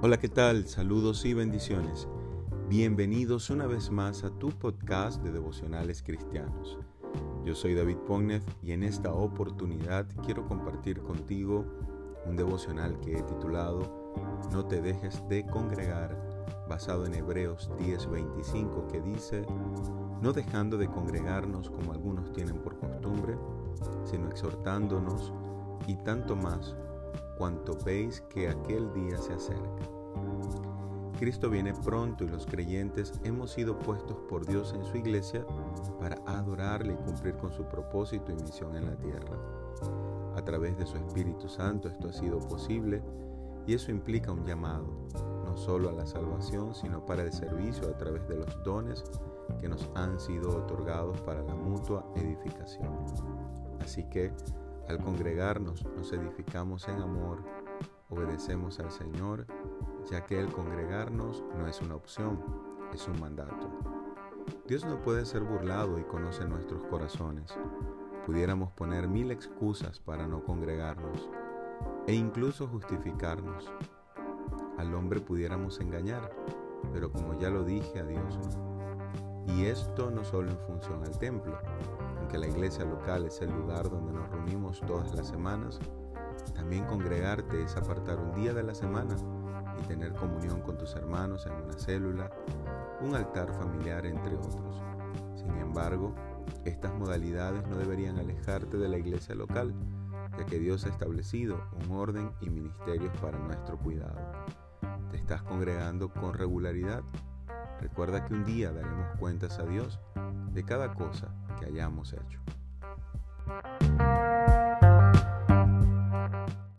Hola, ¿qué tal? Saludos y bendiciones. Bienvenidos una vez más a tu podcast de devocionales cristianos. Yo soy David Pógnez y en esta oportunidad quiero compartir contigo un devocional que he titulado No te dejes de congregar, basado en Hebreos 10:25, que dice: no dejando de congregarnos como algunos tienen por costumbre, sino exhortándonos, y tanto más cuanto veis que aquel día se acerca. Cristo viene pronto y los creyentes hemos sido puestos por Dios en su iglesia para adorarle y cumplir con su propósito y misión en la tierra. A través de su Espíritu Santo esto ha sido posible, y eso implica un llamado, no solo a la salvación, sino para el servicio a través de los dones que nos han sido otorgados para la mutua edificación. Así que, al congregarnos, nos edificamos en amor, obedecemos al Señor, ya que el congregarnos no es una opción, es un mandato. Dios no puede ser burlado y conoce nuestros corazones. Pudiéramos poner 1000 excusas para no congregarnos e incluso justificarnos. Al hombre pudiéramos engañar, pero como ya lo dije, a Dios no. Y esto no solo en función al templo, aunque la iglesia local es el lugar donde nos reunimos todas las semanas. También congregarte es apartar un día de la semana y tener comunión con tus hermanos en una célula, un altar familiar, entre otros. Sin embargo, estas modalidades no deberían alejarte de la iglesia local, ya que Dios ha establecido un orden y ministerios para nuestro cuidado. ¿Te estás congregando con regularidad? Recuerda que un día daremos cuentas a Dios de cada cosa que hayamos hecho.